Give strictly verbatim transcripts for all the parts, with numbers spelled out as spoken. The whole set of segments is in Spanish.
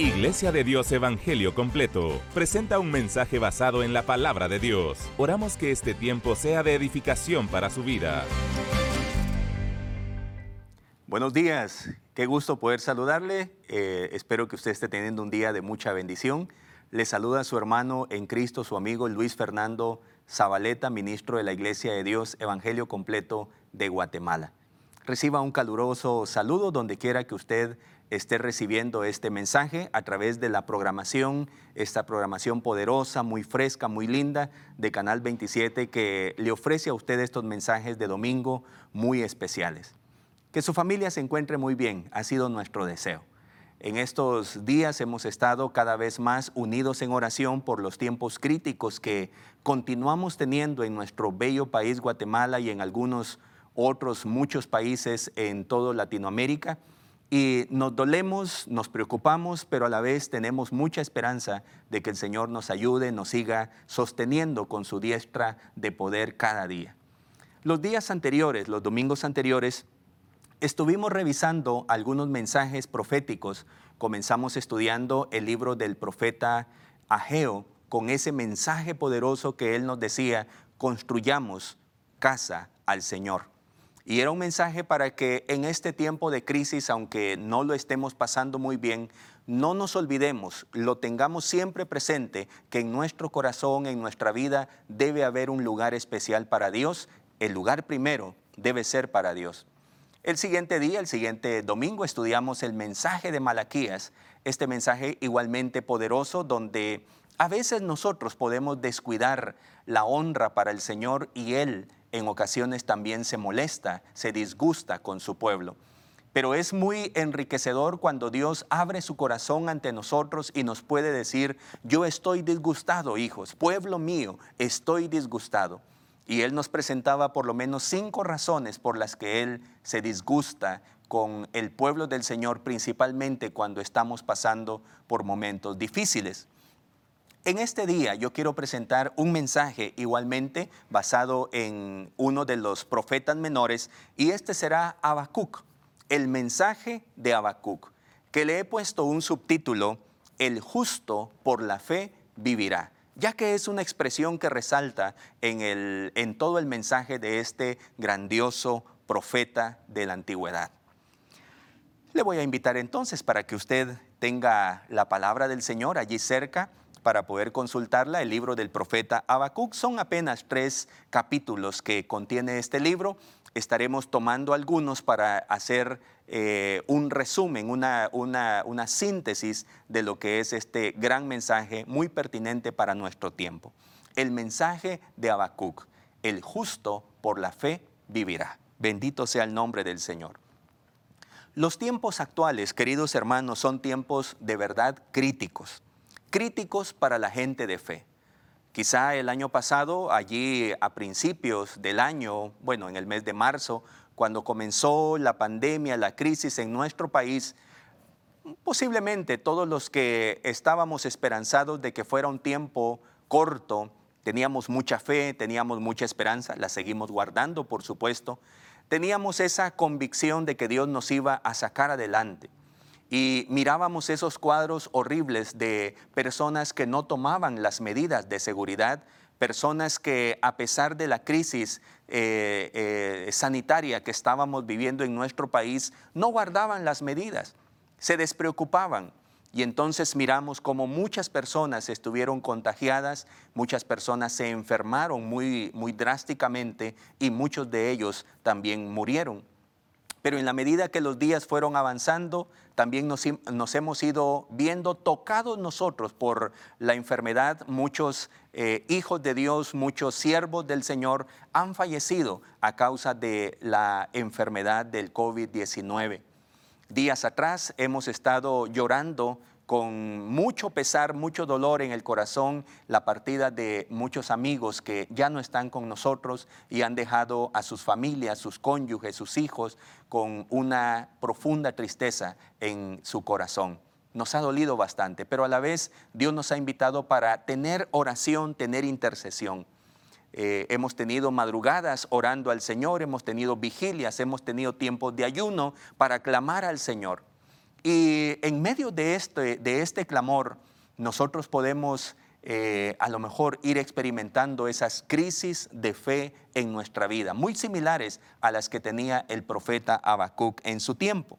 Iglesia de Dios Evangelio Completo presenta un mensaje basado en la palabra de Dios. Oramos que este tiempo sea de edificación para su vida. Buenos días, qué gusto poder saludarle. Eh, espero que usted esté teniendo un día de mucha bendición. Le saluda a su hermano en Cristo, su amigo Luis Fernando Zabaleta, ministro de la Iglesia de Dios Evangelio Completo de Guatemala. Reciba un caluroso saludo donde quiera que usted esté recibiendo este mensaje a través de la programación, esta programación poderosa, muy fresca, muy linda de Canal veintisiete que le ofrece a usted estos mensajes de domingo muy especiales. Que su familia se encuentre muy bien, ha sido nuestro deseo. En estos días hemos estado cada vez más unidos en oración por los tiempos críticos que continuamos teniendo en nuestro bello país Guatemala y en algunos otros muchos países en toda Latinoamérica. Y nos dolemos, nos preocupamos, pero a la vez tenemos mucha esperanza de que el Señor nos ayude, nos siga sosteniendo con su diestra de poder cada día. Los días anteriores, los domingos anteriores, estuvimos revisando algunos mensajes proféticos. Comenzamos estudiando el libro del profeta Ageo con ese mensaje poderoso que él nos decía: construyamos casa al Señor. Y era un mensaje para que en este tiempo de crisis, aunque no lo estemos pasando muy bien, no nos olvidemos, lo tengamos siempre presente, que en nuestro corazón, en nuestra vida, debe haber un lugar especial para Dios. El lugar primero debe ser para Dios. El siguiente día, el siguiente domingo, estudiamos el mensaje de Malaquías, este mensaje igualmente poderoso donde a veces nosotros podemos descuidar la honra para el Señor y Él en ocasiones también se molesta, se disgusta con su pueblo. Pero es muy enriquecedor cuando Dios abre su corazón ante nosotros y nos puede decir: yo estoy disgustado, hijos, pueblo mío, estoy disgustado. Y Él nos presentaba por lo menos cinco razones por las que Él se disgusta con el pueblo del Señor, principalmente cuando estamos pasando por momentos difíciles. En este día yo quiero presentar un mensaje igualmente basado en uno de los profetas menores, y este será Habacuc, el mensaje de Habacuc, que le he puesto un subtítulo: el justo por la fe vivirá, ya que es una expresión que resalta en, el, en todo el mensaje de este grandioso profeta de la antigüedad. Le voy a invitar entonces para que usted tenga la palabra del Señor allí cerca para poder consultarla, el libro del profeta Habacuc. Son apenas tres capítulos que contiene este libro. Estaremos tomando algunos para hacer eh, un resumen, una, una, una síntesis de lo que es este gran mensaje muy pertinente para nuestro tiempo. El mensaje de Habacuc: el justo por la fe vivirá. Bendito sea el nombre del Señor. Los tiempos actuales, queridos hermanos, son tiempos de verdad críticos. Críticos para la gente de fe. Quizá el año pasado, allí a principios del año, bueno, en el mes de marzo, cuando comenzó la pandemia, la crisis en nuestro país, posiblemente todos los que estábamos esperanzados de que fuera un tiempo corto, teníamos mucha fe, teníamos mucha esperanza, la seguimos guardando, por supuesto, teníamos esa convicción de que Dios nos iba a sacar adelante. Y mirábamos esos cuadros horribles de personas que no tomaban las medidas de seguridad, personas que a pesar de la crisis eh, eh, sanitaria que estábamos viviendo en nuestro país, no guardaban las medidas, se despreocupaban. Y entonces miramos cómo muchas personas estuvieron contagiadas, muchas personas se enfermaron muy, muy drásticamente y muchos de ellos también murieron. Pero en la medida que los días fueron avanzando, también nos, nos hemos ido viendo tocados nosotros por la enfermedad. Muchos eh, hijos de Dios, muchos siervos del Señor han fallecido a causa de la enfermedad del COVID diecinueve. Días atrás hemos estado llorando con mucho pesar, mucho dolor en el corazón, la partida de muchos amigos que ya no están con nosotros y han dejado a sus familias, sus cónyuges, sus hijos, con una profunda tristeza en su corazón. Nos ha dolido bastante, pero a la vez Dios nos ha invitado para tener oración, tener intercesión. Eh, hemos tenido madrugadas orando al Señor, hemos tenido vigilias, hemos tenido tiempos de ayuno para clamar al Señor. Y en medio de este, de este clamor, nosotros podemos eh, a lo mejor ir experimentando esas crisis de fe en nuestra vida, muy similares a las que tenía el profeta Habacuc en su tiempo.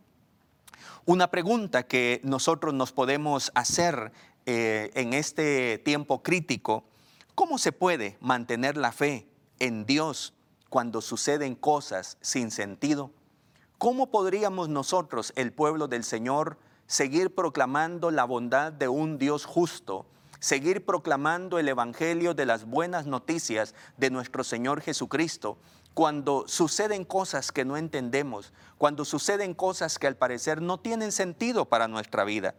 Una pregunta que nosotros nos podemos hacer eh, en este tiempo crítico: ¿cómo se puede mantener la fe en Dios cuando suceden cosas sin sentido? ¿Cómo podríamos nosotros, el pueblo del Señor, seguir proclamando la bondad de un Dios justo, seguir proclamando el evangelio de las buenas noticias de nuestro Señor Jesucristo, cuando suceden cosas que no entendemos, cuando suceden cosas que al parecer no tienen sentido para nuestra vida?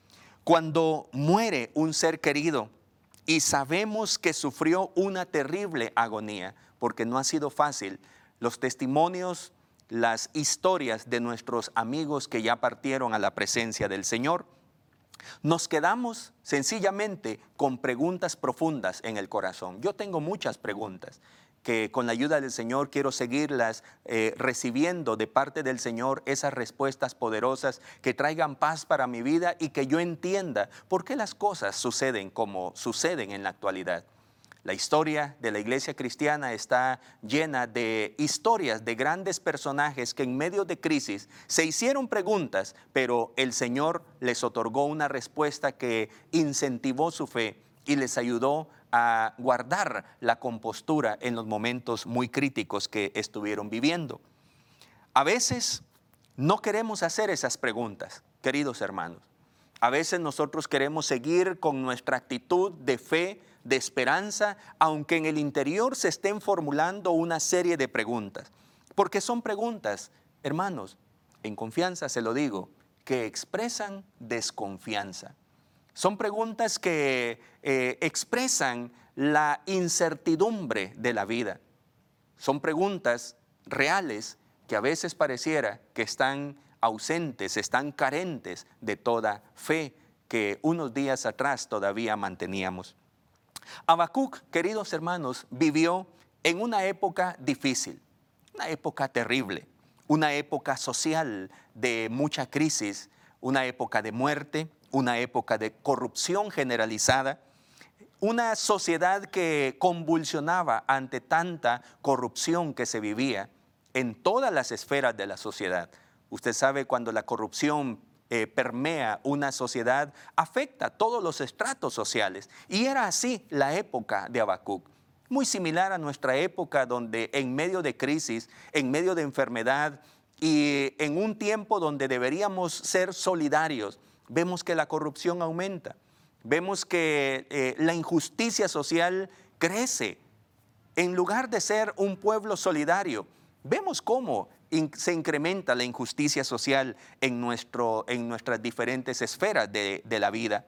Cuando muere un ser querido y sabemos que sufrió una terrible agonía, porque no ha sido fácil. Los testimonios, las historias de nuestros amigos que ya partieron a la presencia del Señor, nos quedamos sencillamente con preguntas profundas en el corazón. Yo tengo muchas preguntas que con la ayuda del Señor quiero seguirlas eh, recibiendo de parte del Señor, esas respuestas poderosas que traigan paz para mi vida y que yo entienda por qué las cosas suceden como suceden en la actualidad. La historia de la iglesia cristiana está llena de historias de grandes personajes que en medio de crisis se hicieron preguntas, pero el Señor les otorgó una respuesta que incentivó su fe y les ayudó a guardar la compostura en los momentos muy críticos que estuvieron viviendo. A veces no queremos hacer esas preguntas, queridos hermanos. A veces nosotros queremos seguir con nuestra actitud de fe, de esperanza, aunque en el interior se estén formulando una serie de preguntas. Porque son preguntas, hermanos, en confianza se lo digo, que expresan desconfianza. Son preguntas que eh, expresan la incertidumbre de la vida. Son preguntas reales que a veces pareciera que están ausentes, están carentes de toda fe que unos días atrás todavía manteníamos. Habacuc, queridos hermanos, vivió en una época difícil, una época terrible, una época social de mucha crisis, una época de muerte, una época de corrupción generalizada, una sociedad que convulsionaba ante tanta corrupción que se vivía en todas las esferas de la sociedad. Usted sabe, cuando la corrupción eh, permea una sociedad, afecta a todos los estratos sociales. Y era así la época de Habacuc. Muy similar a nuestra época, donde en medio de crisis, en medio de enfermedad y en un tiempo donde deberíamos ser solidarios, vemos que la corrupción aumenta. Vemos que eh, la injusticia social crece. En lugar de ser un pueblo solidario, vemos cómo in- se incrementa la injusticia social en, nuestro, en nuestras diferentes esferas de, de la vida.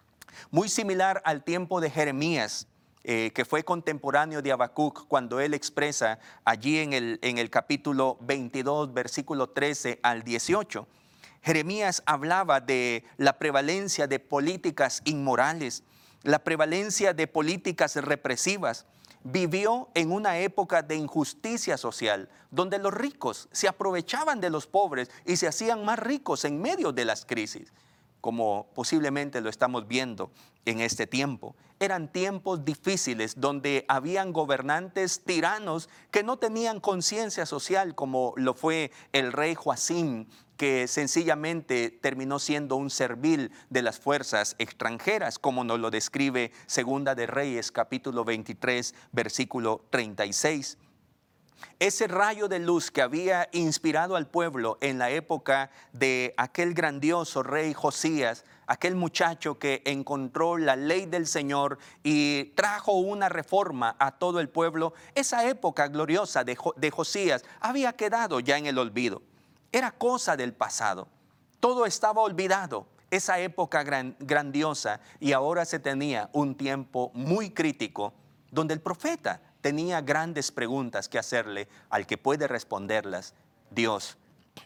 Muy similar al tiempo de Jeremías, eh, que fue contemporáneo de Habacuc, cuando él expresa allí en el, en el capítulo veintidós, versículo trece al dieciocho. Jeremías hablaba de la prevalencia de políticas inmorales, la prevalencia de políticas represivas. Vivió en una época de injusticia social, donde los ricos se aprovechaban de los pobres y se hacían más ricos en medio de las crisis, como posiblemente lo estamos viendo en este tiempo. Eran tiempos difíciles donde habían gobernantes tiranos que no tenían conciencia social, como lo fue el rey Joacim, que sencillamente terminó siendo un servil de las fuerzas extranjeras, como nos lo describe Segunda de Reyes, capítulo veintitrés, versículo treinta y seis. Ese rayo de luz que había inspirado al pueblo en la época de aquel grandioso rey Josías, aquel muchacho que encontró la ley del Señor y trajo una reforma a todo el pueblo, esa época gloriosa de, de Josías había quedado ya en el olvido. Era cosa del pasado. Todo estaba olvidado, esa época gran, grandiosa, y ahora se tenía un tiempo muy crítico donde el profeta tenía grandes preguntas que hacerle al que puede responderlas, Dios.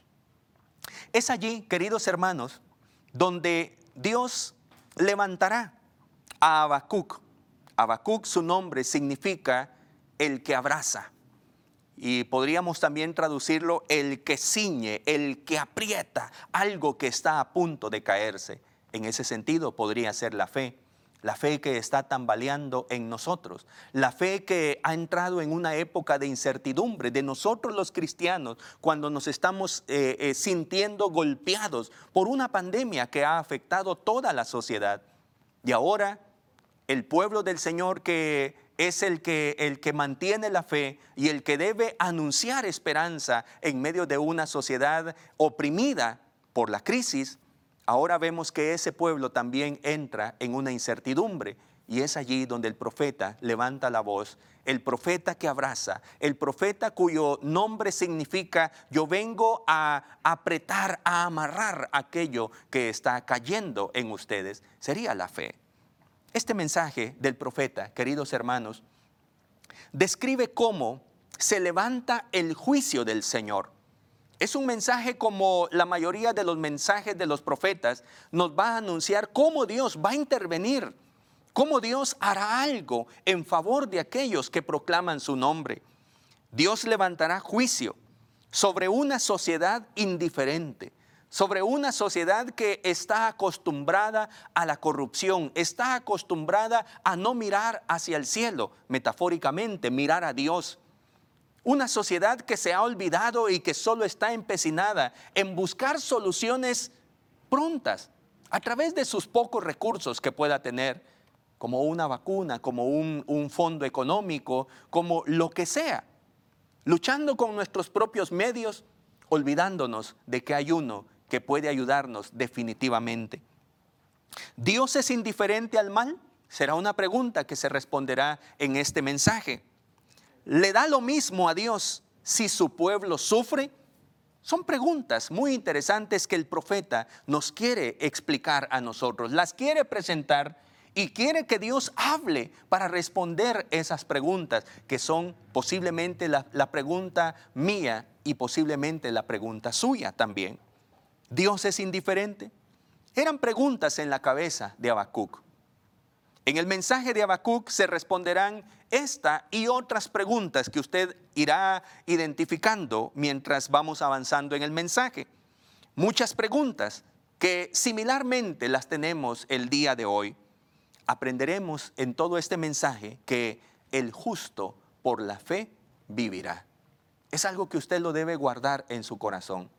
Es allí, queridos hermanos, donde Dios levantará a Habacuc. Habacuc, su nombre significa el que abraza. Y podríamos también traducirlo el que ciñe, el que aprieta, algo que está a punto de caerse. En ese sentido podría ser la fe. La fe que está tambaleando en nosotros, la fe que ha entrado en una época de incertidumbre de nosotros los cristianos, cuando nos estamos eh, eh, sintiendo golpeados por una pandemia que ha afectado toda la sociedad. Y ahora el pueblo del Señor, que es el que, el que mantiene la fe y el que debe anunciar esperanza en medio de una sociedad oprimida por la crisis, ahora vemos que ese pueblo también entra en una incertidumbre, y es allí donde el profeta levanta la voz, el profeta que abraza, el profeta cuyo nombre significa yo vengo a apretar, a amarrar aquello que está cayendo en ustedes, sería la fe. Este mensaje del profeta, queridos hermanos, describe cómo se levanta el juicio del Señor. Es un mensaje como la mayoría de los mensajes de los profetas, nos va a anunciar cómo Dios va a intervenir, cómo Dios hará algo en favor de aquellos que proclaman su nombre. Dios levantará juicio sobre una sociedad indiferente, sobre una sociedad que está acostumbrada a la corrupción, está acostumbrada a no mirar hacia el cielo, metafóricamente, mirar a Dios. Una sociedad que se ha olvidado y que solo está empecinada en buscar soluciones prontas a través de sus pocos recursos que pueda tener, como una vacuna, como un, un fondo económico, como lo que sea, luchando con nuestros propios medios, olvidándonos de que hay uno que puede ayudarnos definitivamente. ¿Dios es indiferente al mal? Será una pregunta que se responderá en este mensaje. ¿Le da lo mismo a Dios si su pueblo sufre? Son preguntas muy interesantes que el profeta nos quiere explicar a nosotros, las quiere presentar y quiere que Dios hable para responder esas preguntas, que son posiblemente la, la pregunta mía y posiblemente la pregunta suya también. ¿Dios es indiferente? Eran preguntas en la cabeza de Habacuc. En el mensaje de Habacuc se responderán esta y otras preguntas que usted irá identificando mientras vamos avanzando en el mensaje. Muchas preguntas que similarmente las tenemos el día de hoy. Aprenderemos en todo este mensaje que el justo por la fe vivirá. Es algo que usted lo debe guardar en su corazón.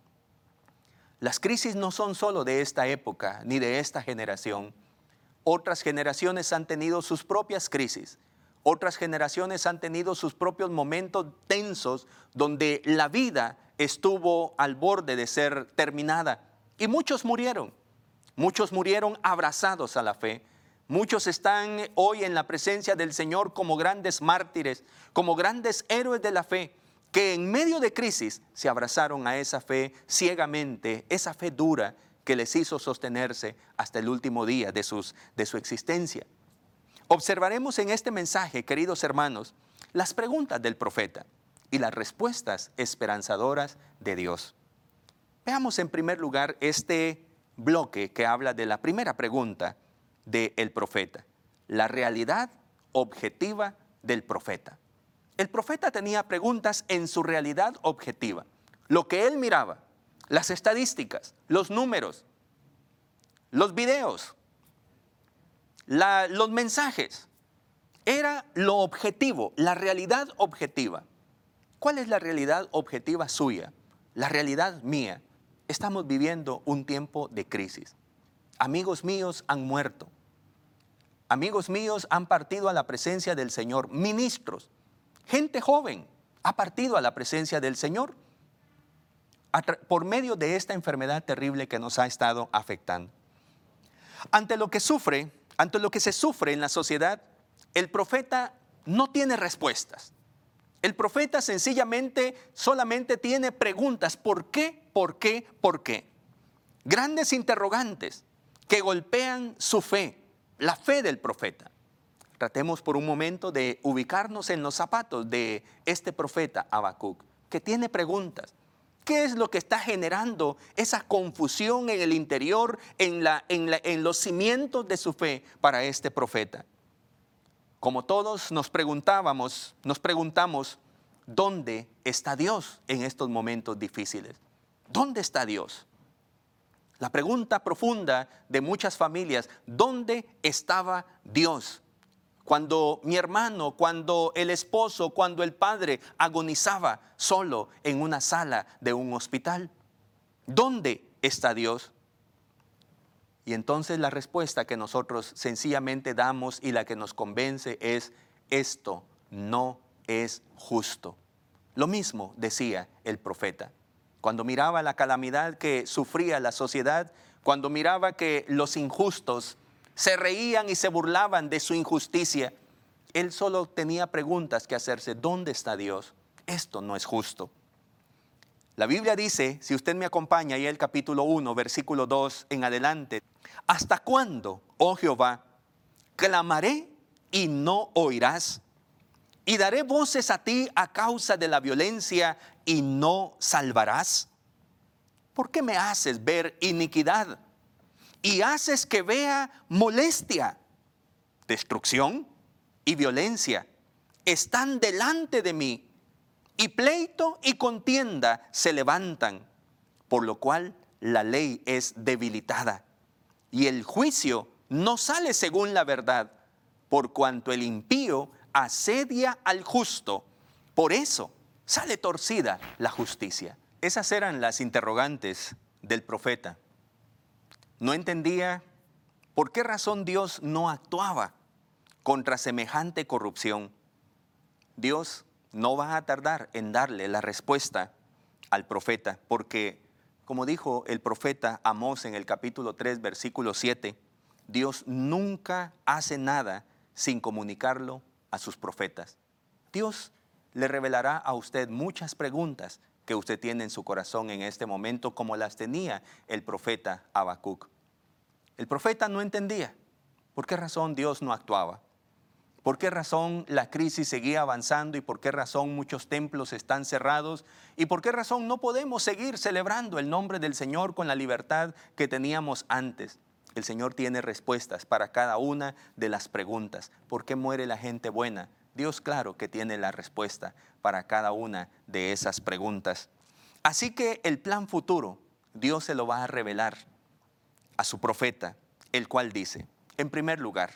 Las crisis no son solo de esta época ni de esta generación. Otras generaciones han tenido sus propias crisis. Otras generaciones han tenido sus propios momentos tensos donde la vida estuvo al borde de ser terminada. Y muchos murieron. Muchos murieron abrazados a la fe. Muchos están hoy en la presencia del Señor como grandes mártires, como grandes héroes de la fe, que en medio de crisis se abrazaron a esa fe ciegamente, esa fe dura que les hizo sostenerse hasta el último día de, sus, de su existencia. Observaremos en este mensaje, queridos hermanos, las preguntas del profeta y las respuestas esperanzadoras de Dios. Veamos en primer lugar este bloque que habla de la primera pregunta del profeta, la realidad objetiva del profeta. El profeta tenía preguntas en su realidad objetiva, lo que él miraba, las estadísticas, los números, los videos, la, los mensajes. Era lo objetivo, la realidad objetiva. ¿Cuál es la realidad objetiva suya? La realidad mía. Estamos viviendo un tiempo de crisis. Amigos míos han muerto. Amigos míos han partido a la presencia del Señor. Ministros, gente joven ha partido a la presencia del Señor por medio de esta enfermedad terrible que nos ha estado afectando. Ante lo que sufre, ante lo que se sufre en la sociedad, el profeta no tiene respuestas. El profeta sencillamente solamente tiene preguntas. ¿Por qué? ¿Por qué? ¿Por qué? Grandes interrogantes que golpean su fe, la fe del profeta. Tratemos por un momento de ubicarnos en los zapatos de este profeta Habacuc, que tiene preguntas. ¿Qué es lo que está generando esa confusión en el interior, en, la, en, la, en los cimientos de su fe para este profeta? Como todos nos preguntábamos, nos preguntamos, ¿dónde está Dios en estos momentos difíciles? ¿Dónde está Dios? La pregunta profunda de muchas familias, ¿dónde estaba Dios? Cuando mi hermano, cuando el esposo, cuando el padre agonizaba solo en una sala de un hospital. ¿Dónde está Dios? Y entonces la respuesta que nosotros sencillamente damos y la que nos convence es: esto no es justo. Lo mismo decía el profeta. Cuando miraba la calamidad que sufría la sociedad, cuando miraba que los injustos se reían y se burlaban de su injusticia, él solo tenía preguntas que hacerse. ¿Dónde está Dios? Esto no es justo. La Biblia dice, si usted me acompaña ahí el capítulo uno, versículo dos en adelante: ¿hasta cuándo, oh Jehová, clamaré y no oirás? Y daré voces a ti a causa de la violencia y no salvarás. ¿Por qué me haces ver iniquidad y haces que vea molestia? Destrucción y violencia están delante de mí, y pleito y contienda se levantan, por lo cual la ley es debilitada, y el juicio no sale según la verdad, por cuanto el impío asedia al justo, por eso sale torcida la justicia. Esas eran las interrogantes del profeta. No entendía por qué razón Dios no actuaba contra semejante corrupción. Dios no va a tardar en darle la respuesta al profeta, porque, como dijo el profeta Amós en el capítulo tres, versículo siete, Dios nunca hace nada sin comunicarlo a sus profetas. Dios le revelará a usted muchas preguntas que usted tiene en su corazón en este momento, como las tenía el profeta Habacuc. El profeta no entendía por qué razón Dios no actuaba, por qué razón la crisis seguía avanzando y por qué razón muchos templos están cerrados y por qué razón no podemos seguir celebrando el nombre del Señor con la libertad que teníamos antes. El Señor tiene respuestas para cada una de las preguntas. ¿Por qué muere la gente buena? Dios, claro que tiene la respuesta para cada una de esas preguntas. Así que el plan futuro, Dios se lo va a revelar a su profeta, el cual dice, en primer lugar,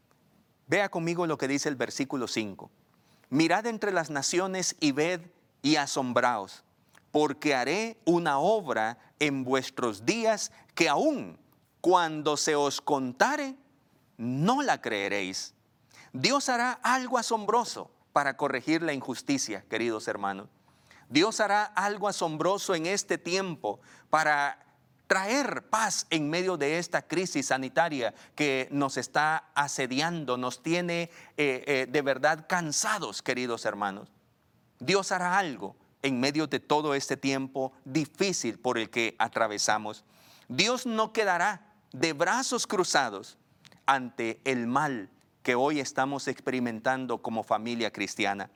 vea conmigo lo que dice el versículo cinco. Mirad entre las naciones y ved y asombraos, porque haré una obra en vuestros días que aún cuando se os contare, no la creeréis. Dios hará algo asombroso para corregir la injusticia, queridos hermanos. Dios hará algo asombroso en este tiempo para traer paz en medio de esta crisis sanitaria que nos está asediando, nos tiene eh, eh, de verdad cansados, queridos hermanos. Dios hará algo en medio de todo este tiempo difícil por el que atravesamos. Dios no quedará de brazos cruzados ante el mal que hoy estamos experimentando como familia cristiana.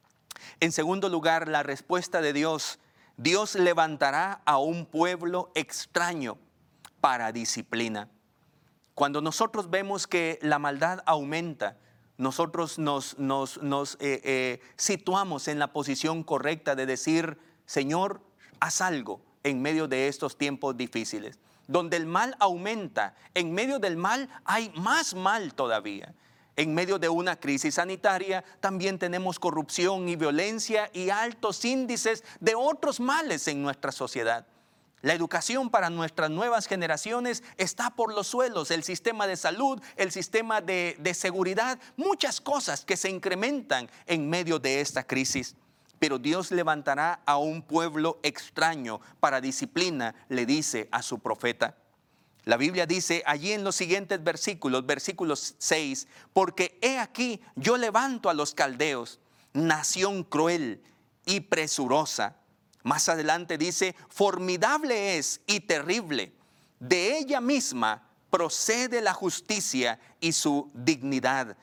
En segundo lugar, la respuesta de Dios. Dios levantará a un pueblo extraño para disciplina. Cuando nosotros vemos que la maldad aumenta, nosotros nos, nos, nos eh, eh, situamos en la posición correcta de decir, Señor, haz algo en medio de estos tiempos difíciles. Donde el mal aumenta, en medio del mal hay más mal todavía. En medio de una crisis sanitaria también tenemos corrupción y violencia y altos índices de otros males en nuestra sociedad. La educación para nuestras nuevas generaciones está por los suelos, el sistema de salud, el sistema de, de seguridad, muchas cosas que se incrementan en medio de esta crisis. Pero Dios levantará a un pueblo extraño para disciplina, le dice a su profeta. La Biblia dice allí en los siguientes versículos, versículos seis, porque he aquí yo levanto a los caldeos, nación cruel y presurosa. Más adelante dice, formidable es y terrible, de ella misma procede la justicia y su dignidad.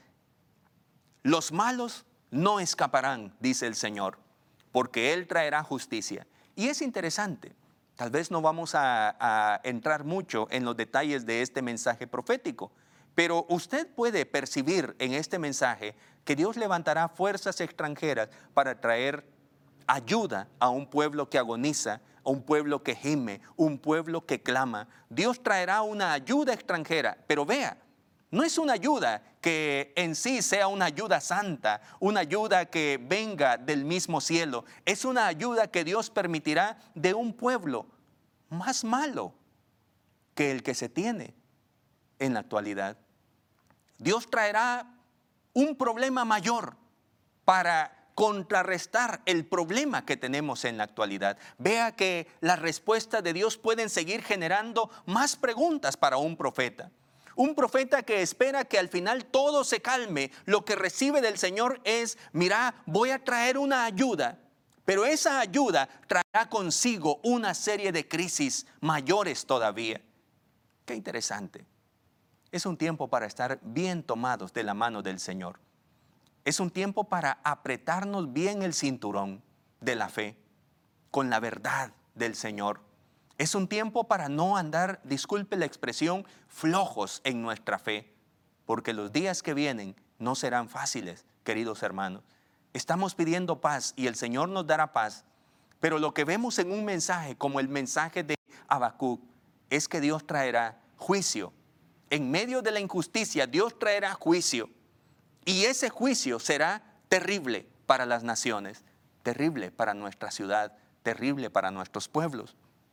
Los malos no escaparán, dice el Señor, porque Él traerá justicia. Y es interesante. Tal vez no vamos a, a entrar mucho en los detalles de este mensaje profético, pero usted puede percibir en este mensaje que Dios levantará fuerzas extranjeras para traer ayuda a un pueblo que agoniza, a un pueblo que gime, un pueblo que clama. Dios traerá una ayuda extranjera, pero vea, no es una ayuda que en sí sea una ayuda santa, una ayuda que venga del mismo cielo. Es una ayuda que Dios permitirá de un pueblo más malo que el que se tiene en la actualidad. Dios traerá un problema mayor para contrarrestar el problema que tenemos en la actualidad. Vea que las respuestas de Dios pueden seguir generando más preguntas para un profeta. Un profeta que espera que al final todo se calme, lo que recibe del Señor es, mira, voy a traer una ayuda, pero esa ayuda traerá consigo una serie de crisis mayores todavía. Qué interesante. Es un tiempo para estar bien tomados de la mano del Señor. Es un tiempo para apretarnos bien el cinturón de la fe, con la verdad del Señor. Es un tiempo para no andar, disculpe la expresión, flojos en nuestra fe, porque los días que vienen no serán fáciles, queridos hermanos. Estamos pidiendo paz y el Señor nos dará paz, pero lo que vemos en un mensaje como el mensaje de Habacuc es que Dios traerá juicio. En medio de la injusticia, Dios traerá juicio. Y ese juicio será terrible para las naciones, terrible para nuestra ciudad, terrible para nuestros pueblos.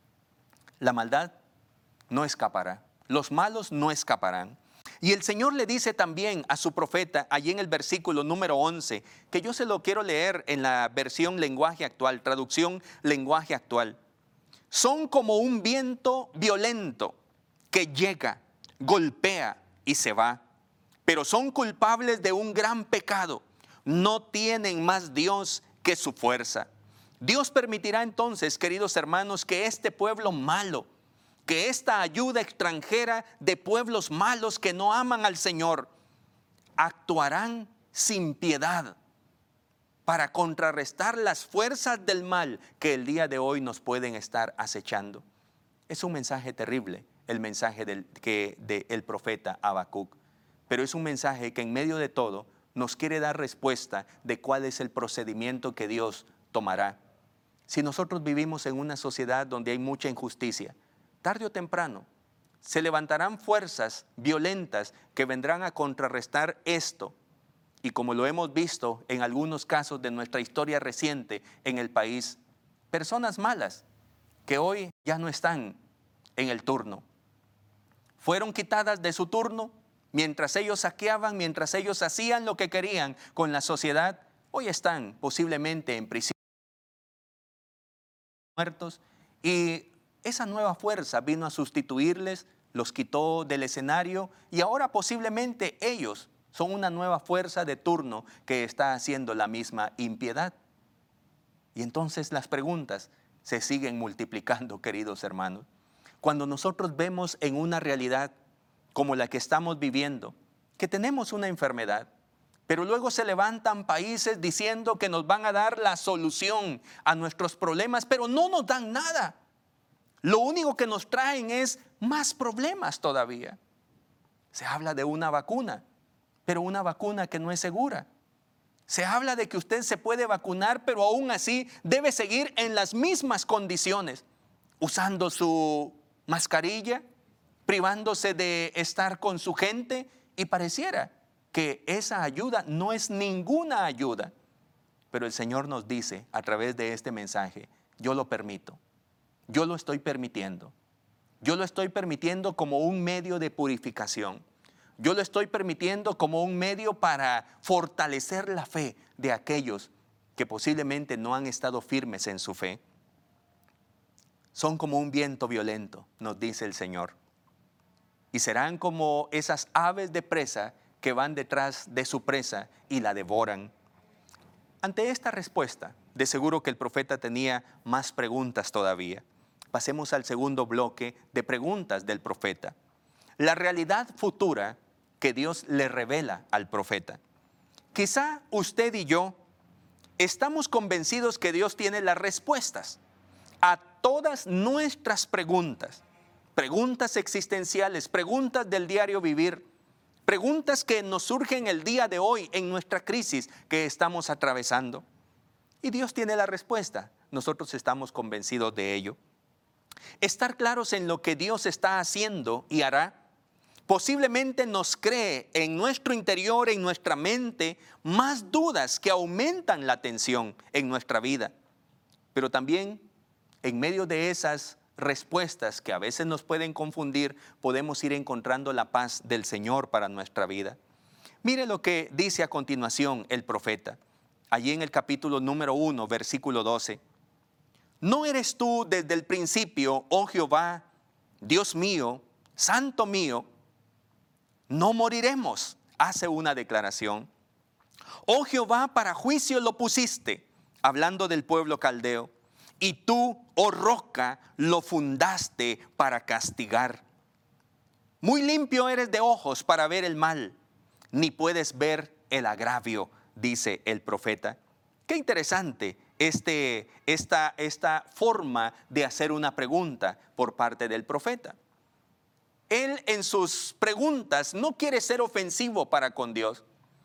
La maldad no escapará, los malos no escaparán. Y el Señor le dice también a su profeta, allí en el versículo número once, que yo se lo quiero leer en la versión lenguaje actual, traducción lenguaje actual. Son como un viento violento que llega, golpea y se va. Pero son culpables de un gran pecado. No tienen más Dios que su fuerza. Dios permitirá entonces, queridos hermanos, que este pueblo malo, que esta ayuda extranjera de pueblos malos que no aman al Señor, actuarán sin piedad para contrarrestar las fuerzas del mal que el día de hoy nos pueden estar acechando. Es un mensaje terrible, el mensaje del, que, del profeta Habacuc. Pero es un mensaje que en medio de todo nos quiere dar respuesta de cuál es el procedimiento que Dios tomará. Si nosotros vivimos en una sociedad donde hay mucha injusticia, tarde o temprano se levantarán fuerzas violentas que vendrán a contrarrestar esto. Y como lo hemos visto en algunos casos de nuestra historia reciente en el país, personas malas que hoy ya no están en el turno. Fueron quitadas de su turno. Mientras ellos saqueaban, mientras ellos hacían lo que querían con la sociedad, hoy están posiblemente en prisión, muertos, y esa nueva fuerza vino a sustituirles, los quitó del escenario y ahora posiblemente ellos son una nueva fuerza de turno que está haciendo la misma impiedad. Y entonces las preguntas se siguen multiplicando, queridos hermanos. Cuando nosotros vemos en una realidad como la que estamos viviendo, que tenemos una enfermedad, pero luego se levantan países diciendo que nos van a dar la solución a nuestros problemas, pero no nos dan nada. Lo único que nos traen es más problemas todavía. Se habla de una vacuna, pero una vacuna que no es segura. Se habla de que usted se puede vacunar, pero aún así debe seguir en las mismas condiciones, usando su mascarilla, privándose de estar con su gente, y pareciera que esa ayuda no es ninguna ayuda. Pero el Señor nos dice a través de este mensaje, yo lo permito, yo lo estoy permitiendo, yo lo estoy permitiendo como un medio de purificación, yo lo estoy permitiendo como un medio para fortalecer la fe de aquellos que posiblemente no han estado firmes en su fe. Son como un viento violento, nos dice el Señor. Y serán como esas aves de presa que van detrás de su presa y la devoran. Ante esta respuesta, de seguro que el profeta tenía más preguntas todavía. Pasemos al segundo bloque de preguntas del profeta. La realidad futura que Dios le revela al profeta. Quizá usted y yo estamos convencidos que Dios tiene las respuestas a todas nuestras preguntas. Preguntas existenciales, preguntas del diario vivir, preguntas que nos surgen el día de hoy en nuestra crisis que estamos atravesando. Y Dios tiene la respuesta. Nosotros estamos convencidos de ello. Estar claros en lo que Dios está haciendo y hará posiblemente nos cree en nuestro interior, en nuestra mente, más dudas que aumentan la tensión en nuestra vida. Pero también en medio de esas respuestas que a veces nos pueden confundir, podemos ir encontrando la paz del Señor para nuestra vida. Mire lo que dice a continuación el profeta, allí en el capítulo número uno, versículo doce. ¿No eres tú desde el principio, oh Jehová, Dios mío, santo mío? No moriremos, hace una declaración. Oh Jehová, para juicio lo pusiste, hablando del pueblo caldeo, y tú, oh roca, lo fundaste para castigar. Muy limpio eres de ojos para ver el mal, ni puedes ver el agravio, dice el profeta. Qué interesante este, esta, esta forma de hacer una pregunta por parte del profeta. Él en sus preguntas no quiere ser ofensivo para con Dios.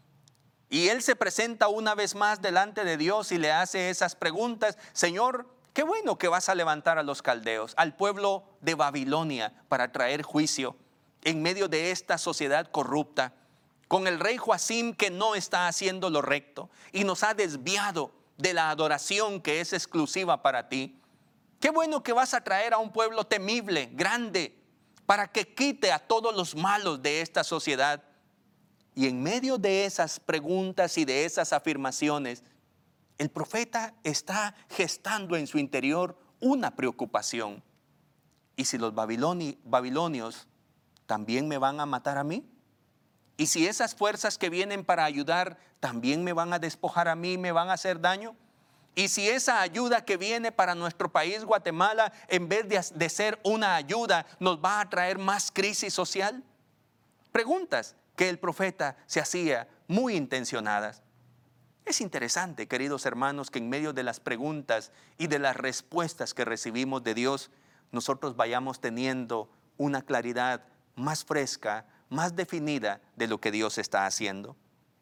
Y él se presenta una vez más delante de Dios y le hace esas preguntas. Señor, qué bueno que vas a levantar a los caldeos, al pueblo de Babilonia, para traer juicio en medio de esta sociedad corrupta, con el rey Joacim que no está haciendo lo recto y nos ha desviado de la adoración que es exclusiva para ti. Qué bueno que vas a traer a un pueblo temible, grande, para que quite a todos los malos de esta sociedad. Y en medio de esas preguntas y de esas afirmaciones, el profeta está gestando en su interior una preocupación. ¿Y si los babiloni- babilonios también me van a matar a mí? ¿Y si esas fuerzas que vienen para ayudar también me van a despojar a mí, me van a hacer daño? ¿Y si esa ayuda que viene para nuestro país, Guatemala, en vez de, de ser una ayuda, nos va a traer más crisis social? Preguntas que el profeta se hacía muy intencionadas. Es interesante, queridos hermanos, que en medio de las preguntas y de las respuestas que recibimos de Dios, nosotros vayamos teniendo una claridad más fresca, más definida de lo que Dios está haciendo.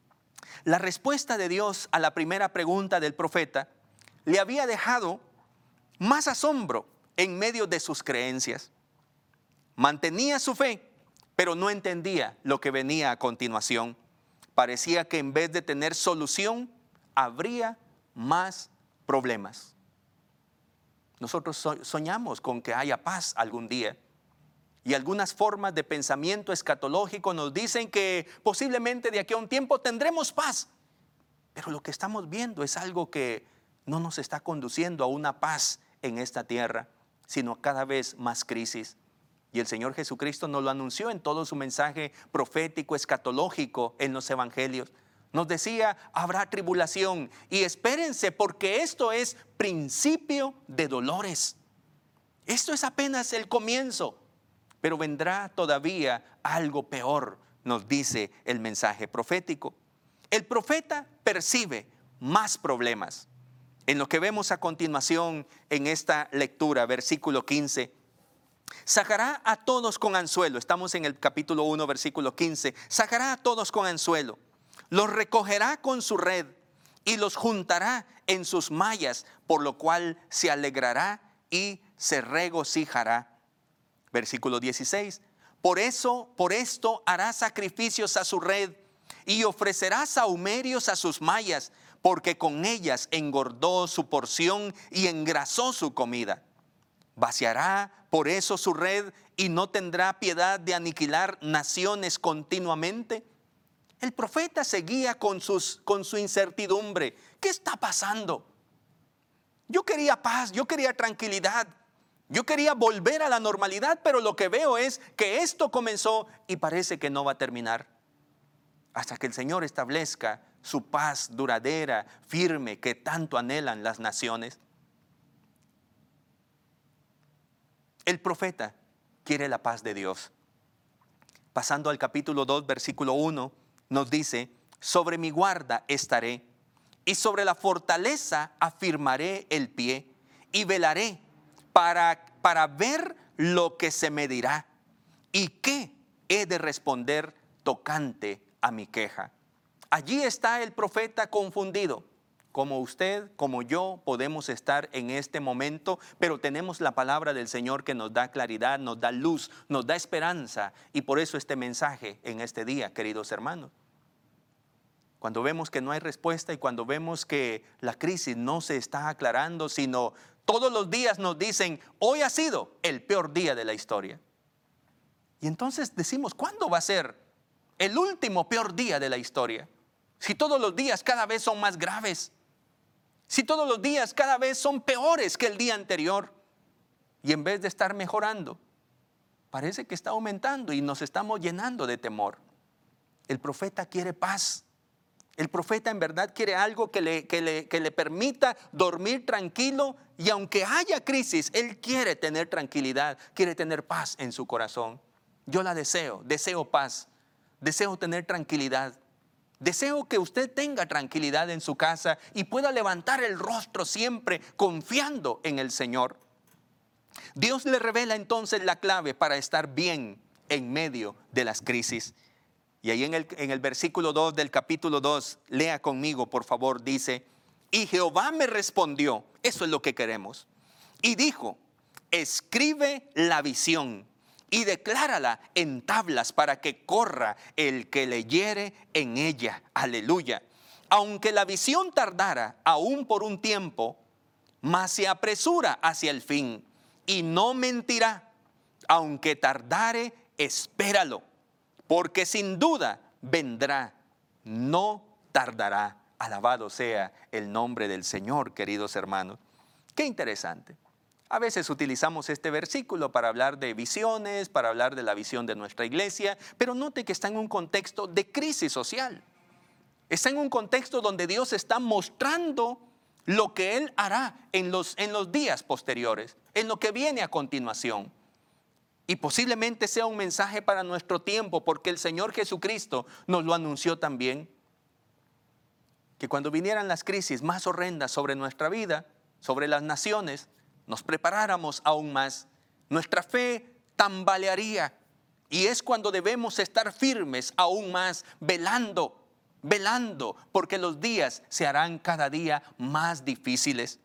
La respuesta de Dios a la primera pregunta del profeta le había dejado más asombro en medio de sus creencias. Mantenía su fe, pero no entendía lo que venía a continuación. Parecía que en vez de tener solución, habría más problemas. Nosotros soñamos con que haya paz algún día. Y algunas formas de pensamiento escatológico nos dicen que posiblemente de aquí a un tiempo tendremos paz. Pero lo que estamos viendo es algo que no nos está conduciendo a una paz en esta tierra, sino a cada vez más crisis. Y el Señor Jesucristo nos lo anunció en todo su mensaje profético, escatológico en los evangelios. Nos decía, habrá tribulación y espérense porque esto es principio de dolores. Esto es apenas el comienzo. Pero vendrá todavía algo peor, nos dice el mensaje profético. El profeta percibe más problemas. En lo que vemos a continuación en esta lectura, versículo quince. Sacará a todos con anzuelo. Estamos en el capítulo uno, versículo quince. Sacará a todos con anzuelo. Los recogerá con su red y los juntará en sus mallas, por lo cual se alegrará y se regocijará. Versículo dieciséis, por eso, por esto hará sacrificios a su red y ofrecerá sahumerios a sus mallas, porque con ellas engordó su porción y engrasó su comida. Vaciará por eso su red y no tendrá piedad de aniquilar naciones continuamente. El profeta seguía con, sus, con su incertidumbre. ¿Qué está pasando? Yo quería paz, yo quería tranquilidad. Yo quería volver a la normalidad, pero lo que veo es que esto comenzó y parece que no va a terminar. Hasta que el Señor establezca su paz duradera, firme, que tanto anhelan las naciones. El profeta quiere la paz de Dios. Pasando al capítulo dos, versículo uno, nos dice, sobre mi guarda estaré, y sobre la fortaleza afirmaré el pie, y velaré Para, para ver lo que se me dirá y qué he de responder tocante a mi queja. Allí está el profeta confundido, Como usted, como yo, podemos estar en este momento, pero tenemos la palabra del Señor que nos da claridad, nos da luz, nos da esperanza. Y por eso este mensaje en este día, queridos hermanos. Cuando vemos que no hay respuesta y cuando vemos que la crisis no se está aclarando, sino todos los días nos dicen, hoy ha sido el peor día de la historia. Y entonces decimos, ¿cuándo va a ser el último peor día de la historia? Si todos los días cada vez son más graves. Si todos los días cada vez son peores que el día anterior. Y en vez de estar mejorando, parece que está aumentando y nos estamos llenando de temor. El profeta quiere paz. El profeta en verdad quiere algo que le, que le, que le permita dormir tranquilo. Y aunque haya crisis, él quiere tener tranquilidad, quiere tener paz en su corazón. Yo la deseo, deseo paz, deseo tener tranquilidad. Deseo que usted tenga tranquilidad en su casa y pueda levantar el rostro siempre confiando en el Señor. Dios le revela entonces la clave para estar bien en medio de las crisis. Y ahí en el, en el versículo dos del capítulo dos, lea conmigo por favor, dice, y Jehová me respondió, eso es lo que queremos, y dijo, escribe la visión y declárala en tablas para que corra el que leyere en ella. Aleluya. Aunque la visión tardara aún por un tiempo, mas se apresura hacia el fin y no mentirá. Aunque tardare, espéralo, porque sin duda vendrá, no tardará. Alabado sea el nombre del Señor, queridos hermanos. Qué interesante. A veces utilizamos este versículo para hablar de visiones, para hablar de la visión de nuestra iglesia, pero note que está en un contexto de crisis social. Está en un contexto donde Dios está mostrando lo que Él hará en los, en los días posteriores, en lo que viene a continuación. Y posiblemente sea un mensaje para nuestro tiempo, porque el Señor Jesucristo nos lo anunció también. Que cuando vinieran las crisis más horrendas sobre nuestra vida, sobre las naciones, nos preparáramos aún más. Nuestra fe tambalearía. Y es cuando debemos estar firmes aún más, velando, velando, porque los días se harán cada día más difíciles.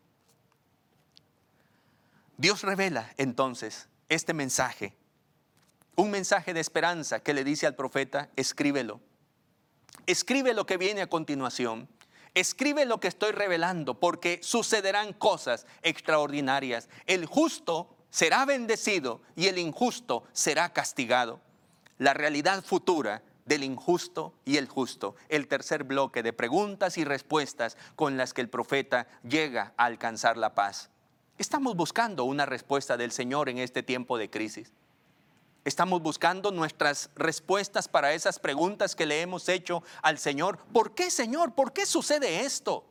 Dios revela entonces este mensaje, un mensaje de esperanza que le dice al profeta, escríbelo. Escribe lo que viene a continuación. Escribe lo que estoy revelando, porque sucederán cosas extraordinarias. El justo será bendecido y el injusto será castigado. La realidad futura del injusto y el justo. El tercer bloque de preguntas y respuestas con las que el profeta llega a alcanzar la paz. Estamos buscando una respuesta del Señor en este tiempo de crisis. Estamos buscando nuestras respuestas para esas preguntas que le hemos hecho al Señor. ¿Por qué, Señor? ¿Por qué sucede esto?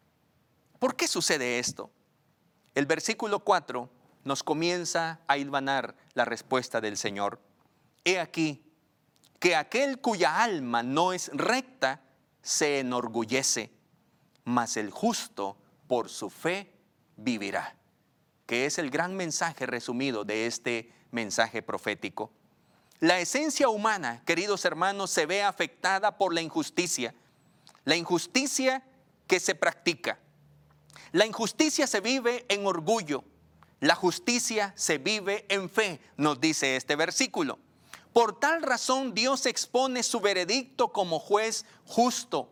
¿Por qué sucede esto? El versículo cuatro nos comienza a hilvanar la respuesta del Señor. He aquí que aquel cuya alma no es recta se enorgullece, mas el justo por su fe vivirá. Que es el gran mensaje resumido de este mensaje profético. La esencia humana, queridos hermanos, se ve afectada por la injusticia. La injusticia que se practica. La injusticia se vive en orgullo. La justicia se vive en fe, nos dice este versículo. Por tal razón Dios expone su veredicto como juez justo.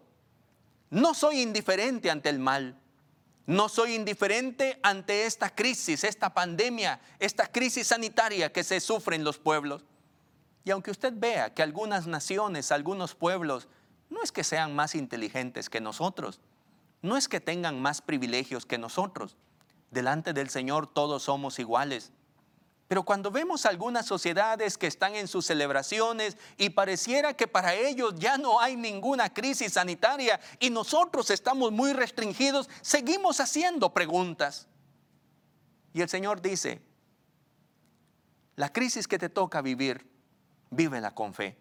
No soy indiferente ante el mal. No soy indiferente ante esta crisis, esta pandemia, esta crisis sanitaria que se sufre en los pueblos. Y aunque usted vea que algunas naciones, algunos pueblos, no es que sean más inteligentes que nosotros, no es que tengan más privilegios que nosotros. Delante del Señor todos somos iguales. Pero cuando vemos algunas sociedades que están en sus celebraciones y pareciera que para ellos ya no hay ninguna crisis sanitaria y nosotros estamos muy restringidos, seguimos haciendo preguntas. Y el Señor dice, la crisis que te toca vivir, vívela con fe.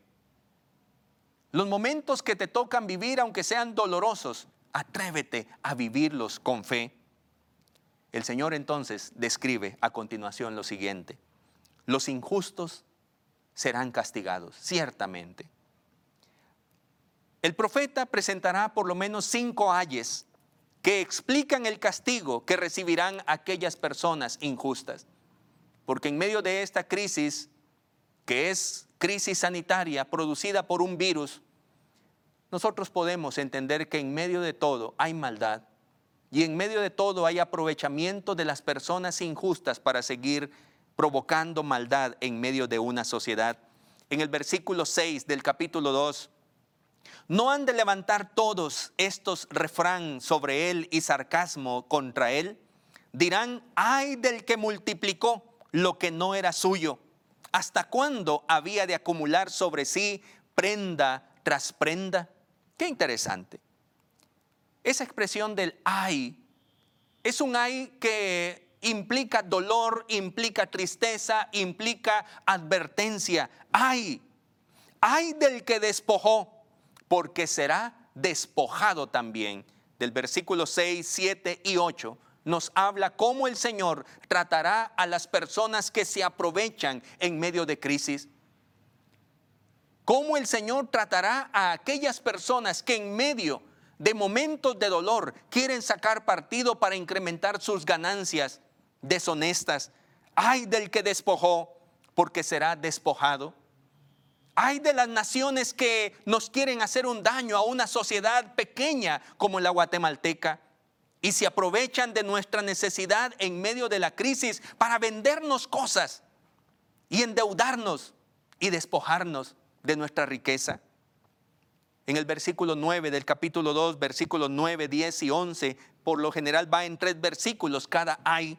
Los momentos que te tocan vivir, aunque sean dolorosos, atrévete a vivirlos con fe. El Señor entonces describe a continuación lo siguiente. Los injustos serán castigados, ciertamente. El profeta presentará por lo menos cinco ayes que explican el castigo que recibirán aquellas personas injustas. Porque en medio de esta crisis, que es crisis sanitaria producida por un virus, nosotros podemos entender que en medio de todo hay maldad y en medio de todo hay aprovechamiento de las personas injustas para seguir provocando maldad en medio de una sociedad. En el versículo seis del capítulo dos, ¿no han de levantar todos estos refrán sobre él y sarcasmo contra él? Dirán, ay del que multiplicó lo que no era suyo. ¿Hasta cuándo había de acumular sobre sí prenda tras prenda? Qué interesante. Esa expresión del ay es un ay que implica dolor, implica tristeza, implica advertencia. Ay, ay del que despojó, porque será despojado también. Del versículo seis, siete y ocho nos habla cómo el Señor tratará a las personas que se aprovechan en medio de crisis. Cómo el Señor tratará a aquellas personas que en medio de momentos de dolor quieren sacar partido para incrementar sus ganancias deshonestas. Ay del que despojó, porque será despojado. Ay de las naciones que nos quieren hacer un daño a una sociedad pequeña como la guatemalteca y se aprovechan de nuestra necesidad en medio de la crisis para vendernos cosas y endeudarnos y despojarnos de nuestra riqueza. En el versículo nueve del capítulo dos, versículos nueve, diez y once, por lo general va en tres versículos cada ay.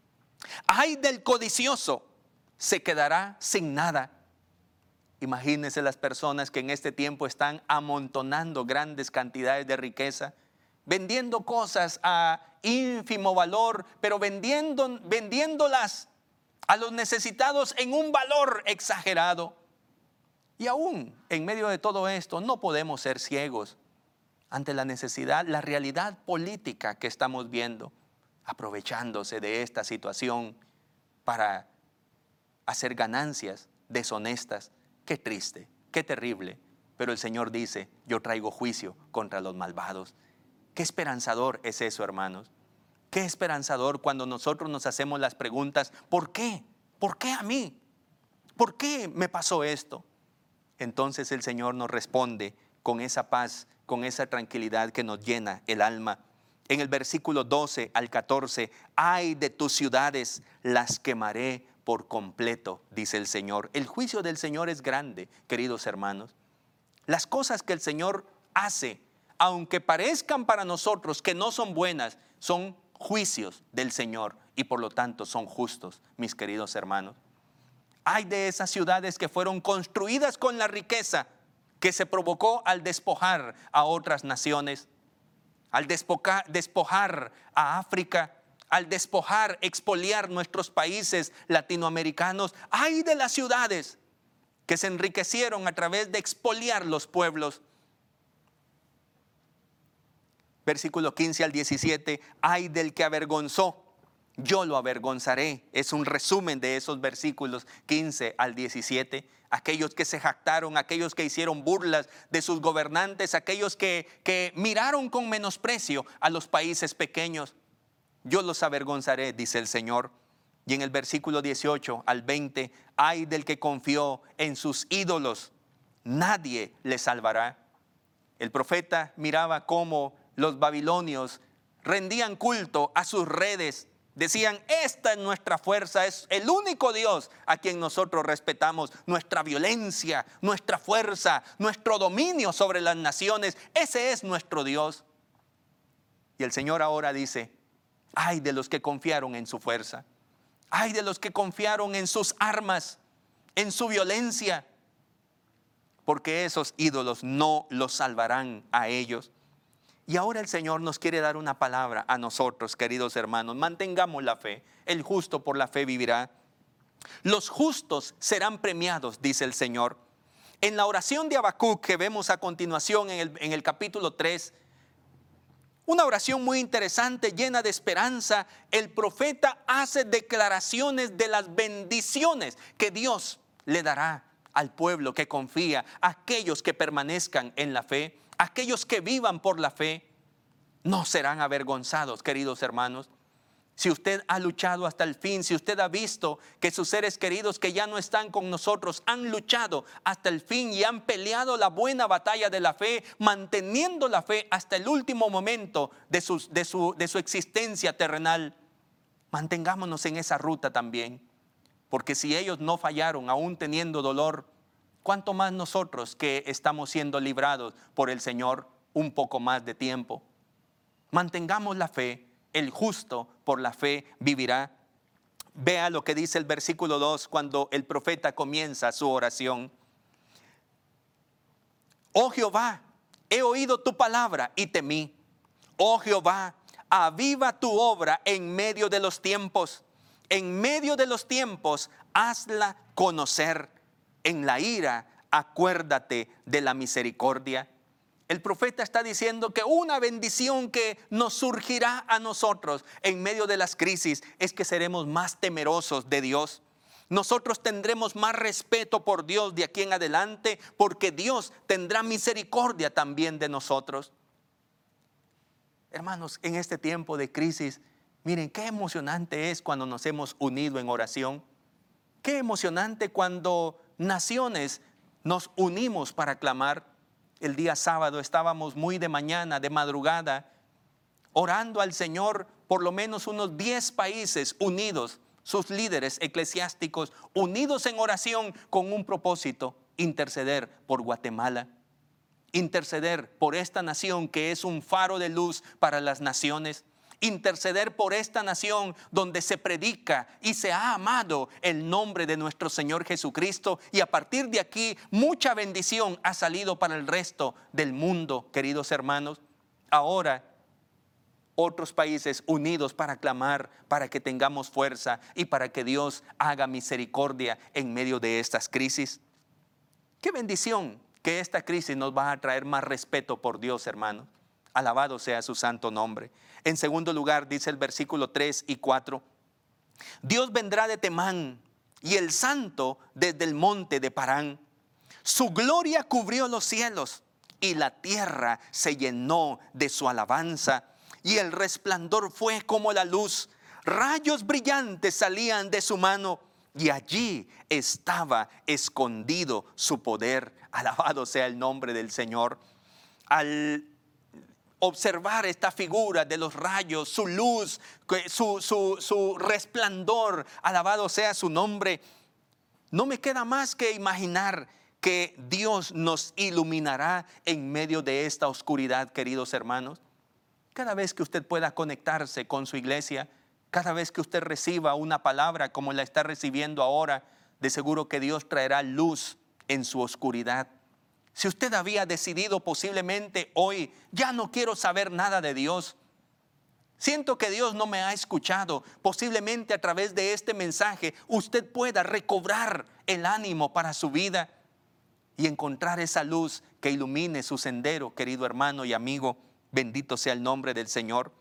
Ay del codicioso, se quedará sin nada. Imagínense las personas que en este tiempo están amontonando grandes cantidades de riqueza, vendiendo cosas a ínfimo valor, pero vendiendo, vendiéndolas a los necesitados en un valor exagerado. Y aún en medio de todo esto no podemos ser ciegos ante la necesidad, la realidad política que estamos viendo, aprovechándose de esta situación para hacer ganancias deshonestas. Qué triste, qué terrible. Pero el Señor dice, yo traigo juicio contra los malvados. Qué esperanzador es eso, hermanos. Qué esperanzador cuando nosotros nos hacemos las preguntas, ¿por qué? ¿Por qué a mí? ¿Por qué me pasó esto? Entonces el Señor nos responde con esa paz, con esa tranquilidad que nos llena el alma. En el versículo doce al catorce, ay de tus ciudades, las quemaré por completo, dice el Señor. El juicio del Señor es grande, queridos hermanos. Las cosas que el Señor hace, aunque parezcan para nosotros que no son buenas, son juicios del Señor y por lo tanto son justos, mis queridos hermanos. Hay de esas ciudades que fueron construidas con la riqueza que se provocó al despojar a otras naciones, al despojar, despojar a África, al despojar, expoliar nuestros países latinoamericanos. Hay de las ciudades que se enriquecieron a través de expoliar los pueblos. Versículo quince al diecisiete, ay del que avergonzó, yo lo avergonzaré. Es un resumen de esos versículos quince al diecisiete. Aquellos que se jactaron, aquellos que hicieron burlas de sus gobernantes, aquellos que, que miraron con menosprecio a los países pequeños. Yo los avergonzaré, dice el Señor. Y en el versículo dieciocho al veinte, ay del que confió en sus ídolos, nadie le salvará. El profeta miraba cómo los babilonios rendían culto a sus redes. Decían, esta es nuestra fuerza, es el único Dios a quien nosotros respetamos. Nuestra violencia, nuestra fuerza, nuestro dominio sobre las naciones, ese es nuestro Dios. Y el Señor ahora dice, ay de los que confiaron en su fuerza, ay de los que confiaron en sus armas, en su violencia, porque esos ídolos no los salvarán a ellos. Y ahora el Señor nos quiere dar una palabra a nosotros, queridos hermanos. Mantengamos la fe. El justo por la fe vivirá. Los justos serán premiados, dice el Señor. En la oración de Habacuc que vemos a continuación en el, en el capítulo tres, una oración muy interesante, llena de esperanza. El profeta hace declaraciones de las bendiciones que Dios le dará al pueblo que confía, a aquellos que permanezcan en la fe, aquellos que vivan por la fe. no serán avergonzados, queridos hermanos. Si usted ha luchado hasta el fin, si usted ha visto que sus seres queridos que ya no están con nosotros han luchado hasta el fin y han peleado la buena batalla de la fe, manteniendo la fe hasta el último momento de su, de su, de su existencia terrenal, mantengámonos en esa ruta también. Porque si ellos no fallaron aún teniendo dolor, ¿cuánto más nosotros que estamos siendo librados por el Señor un poco más de tiempo? Mantengamos la fe. El justo por la fe vivirá. Vea lo que dice el versículo dos cuando el profeta comienza su oración. Oh Jehová, he oído tu palabra y temí. Oh Jehová, aviva tu obra en medio de los tiempos. En medio de los tiempos, hazla conocer. En la ira, acuérdate de la misericordia. El profeta está diciendo que una bendición que nos surgirá a nosotros en medio de las crisis es que seremos más temerosos de Dios. Nosotros tendremos más respeto por Dios de aquí en adelante, porque Dios tendrá misericordia también de nosotros. Hermanos, en este tiempo de crisis, miren qué emocionante es cuando nos hemos unido en oración. Qué emocionante cuando naciones nos unimos para clamar. El día sábado estábamos muy de mañana, de madrugada, orando al Señor, por lo menos unos diez países unidos, sus líderes eclesiásticos unidos en oración con un propósito: interceder por Guatemala, interceder por esta nación que es un faro de luz para las naciones, interceder por esta nación donde se predica y se ha amado el nombre de nuestro Señor Jesucristo, y a partir de aquí mucha bendición ha salido para el resto del mundo, queridos hermanos. Ahora otros países unidos para clamar, para que tengamos fuerza y para que Dios haga misericordia en medio de estas crisis. Qué bendición que esta crisis nos va a traer más respeto por Dios, hermanos. Alabado sea su santo nombre. En segundo lugar, dice el versículo tres y cuatro, Dios vendrá de Temán y el santo desde el monte de Parán. Su gloria cubrió los cielos y la tierra se llenó de su alabanza. Y el resplandor fue como la luz. Rayos brillantes salían de su mano y allí estaba escondido su poder. Alabado sea el nombre del Señor. Al observar esta figura de los rayos, su luz, su, su, su resplandor, alabado sea su nombre, no me queda más que imaginar que Dios nos iluminará en medio de esta oscuridad, queridos hermanos. Cada vez que usted pueda conectarse con su iglesia, cada vez que usted reciba una palabra como la está recibiendo ahora, de seguro que Dios traerá luz en su oscuridad. Si usted había decidido posiblemente hoy, ya no quiero saber nada de Dios, siento que Dios no me ha escuchado, posiblemente a través de este mensaje usted pueda recobrar el ánimo para su vida y encontrar esa luz que ilumine su sendero, querido hermano y amigo. Bendito sea el nombre del Señor.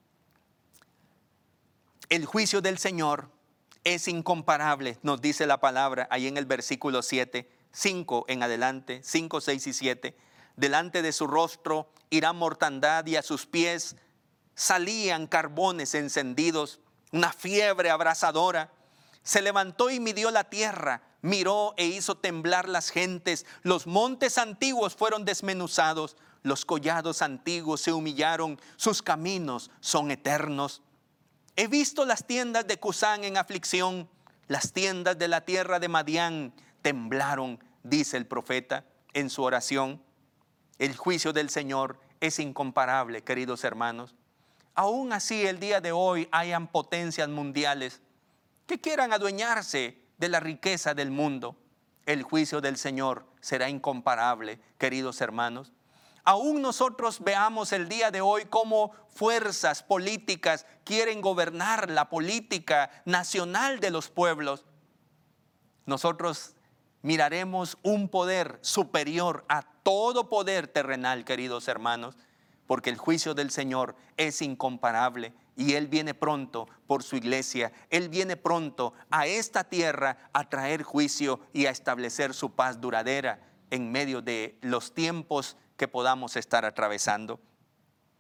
El juicio del Señor es incomparable, nos dice la palabra ahí en el versículo siete, cinco en adelante, cinco, seis y siete. Delante de su rostro irá mortandad y a sus pies salían carbones encendidos, una fiebre abrasadora. Se levantó y midió la tierra, miró e hizo temblar las gentes. Los montes antiguos fueron desmenuzados, los collados antiguos se humillaron, sus caminos son eternos. He visto las tiendas de Cusán en aflicción, las tiendas de la tierra de Madián temblaron, dice el profeta en su oración. El juicio del Señor es incomparable, queridos hermanos. Aún así, el día de hoy hayan potencias mundiales que quieran adueñarse de la riqueza del mundo. El juicio del Señor será incomparable, queridos hermanos. Aún nosotros veamos el día de hoy cómo fuerzas políticas quieren gobernar la política nacional de los pueblos. Nosotros miraremos un poder superior a todo poder terrenal, queridos hermanos, porque el juicio del Señor es incomparable y Él viene pronto por su iglesia. Él viene pronto a esta tierra a traer juicio y a establecer su paz duradera en medio de los tiempos que podamos estar atravesando.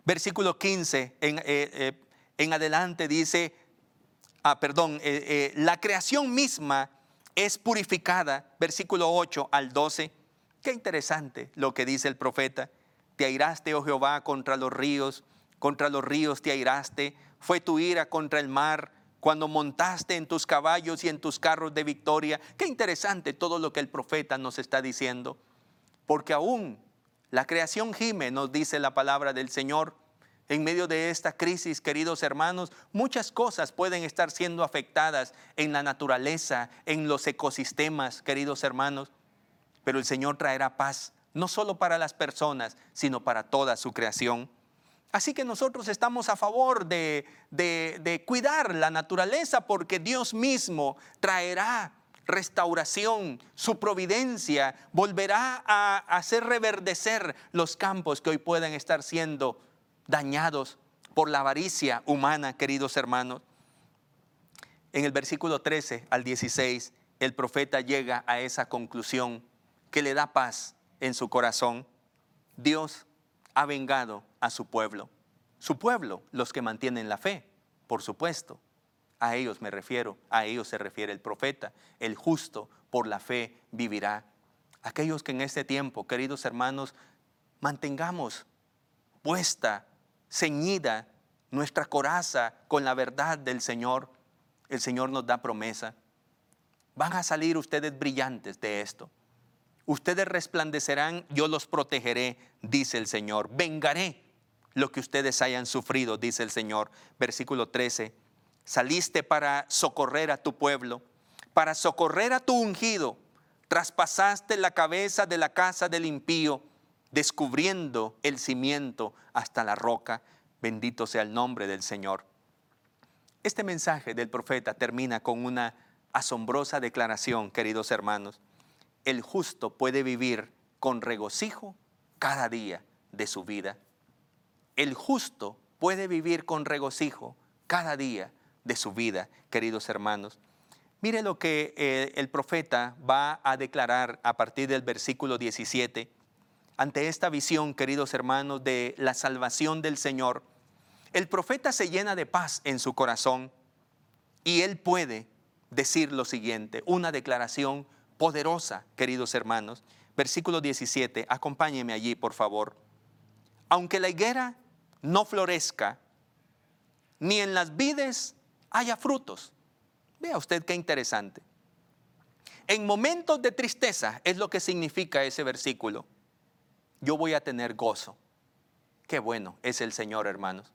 Versículo quince en, eh, eh, en adelante dice, ah, perdón, eh, eh, la creación misma es purificada. Versículo ocho al doce. Qué interesante lo que dice el profeta. Te airaste, oh Jehová, contra los ríos, contra los ríos te airaste. Fue tu ira contra el mar, cuando montaste en tus caballos y en tus carros de victoria. Qué interesante todo lo que el profeta nos está diciendo. Porque aún la creación gime, nos dice la palabra del Señor. En medio de esta crisis, queridos hermanos, muchas cosas pueden estar siendo afectadas en la naturaleza, en los ecosistemas, queridos hermanos. Pero el Señor traerá paz, no solo para las personas, sino para toda su creación. Así que nosotros estamos a favor de, de, de cuidar la naturaleza, porque Dios mismo traerá restauración, su providencia volverá a hacer reverdecer los campos que hoy pueden estar siendo dañados por la avaricia humana, queridos hermanos. En el versículo trece al dieciséis, el profeta llega a esa conclusión que le da paz en su corazón. Dios ha vengado a su pueblo. Su pueblo, los que mantienen la fe, por supuesto. A ellos me refiero, a ellos se refiere el profeta. El justo por la fe vivirá. Aquellos que en este tiempo, queridos hermanos, mantengamos puesta, ceñida nuestra coraza con la verdad del Señor. El Señor nos da promesa. Van a salir ustedes brillantes de esto. Ustedes resplandecerán, yo los protegeré, dice el Señor. Vengaré lo que ustedes hayan sufrido, dice el Señor. Versículo trece. Saliste para socorrer a tu pueblo, para socorrer a tu ungido. Traspasaste la cabeza de la casa del impío, descubriendo el cimiento hasta la roca. Bendito sea el nombre del Señor. Este mensaje del profeta termina con una asombrosa declaración, queridos hermanos. El justo puede vivir con regocijo cada día de su vida. El justo puede vivir con regocijo cada día de su vida, queridos hermanos. Mire lo que eh, el profeta va a declarar a partir del versículo diecisiete. Ante esta visión, queridos hermanos, de la salvación del Señor, el profeta se llena de paz en su corazón y él puede decir lo siguiente, una declaración poderosa, queridos hermanos. Versículo diecisiete, acompáñenme allí, por favor. Aunque la higuera no florezca, ni en las vides haya frutos. Vea usted qué interesante. En momentos de tristeza es lo que significa ese versículo. Yo voy a tener gozo. Qué bueno es el Señor, hermanos.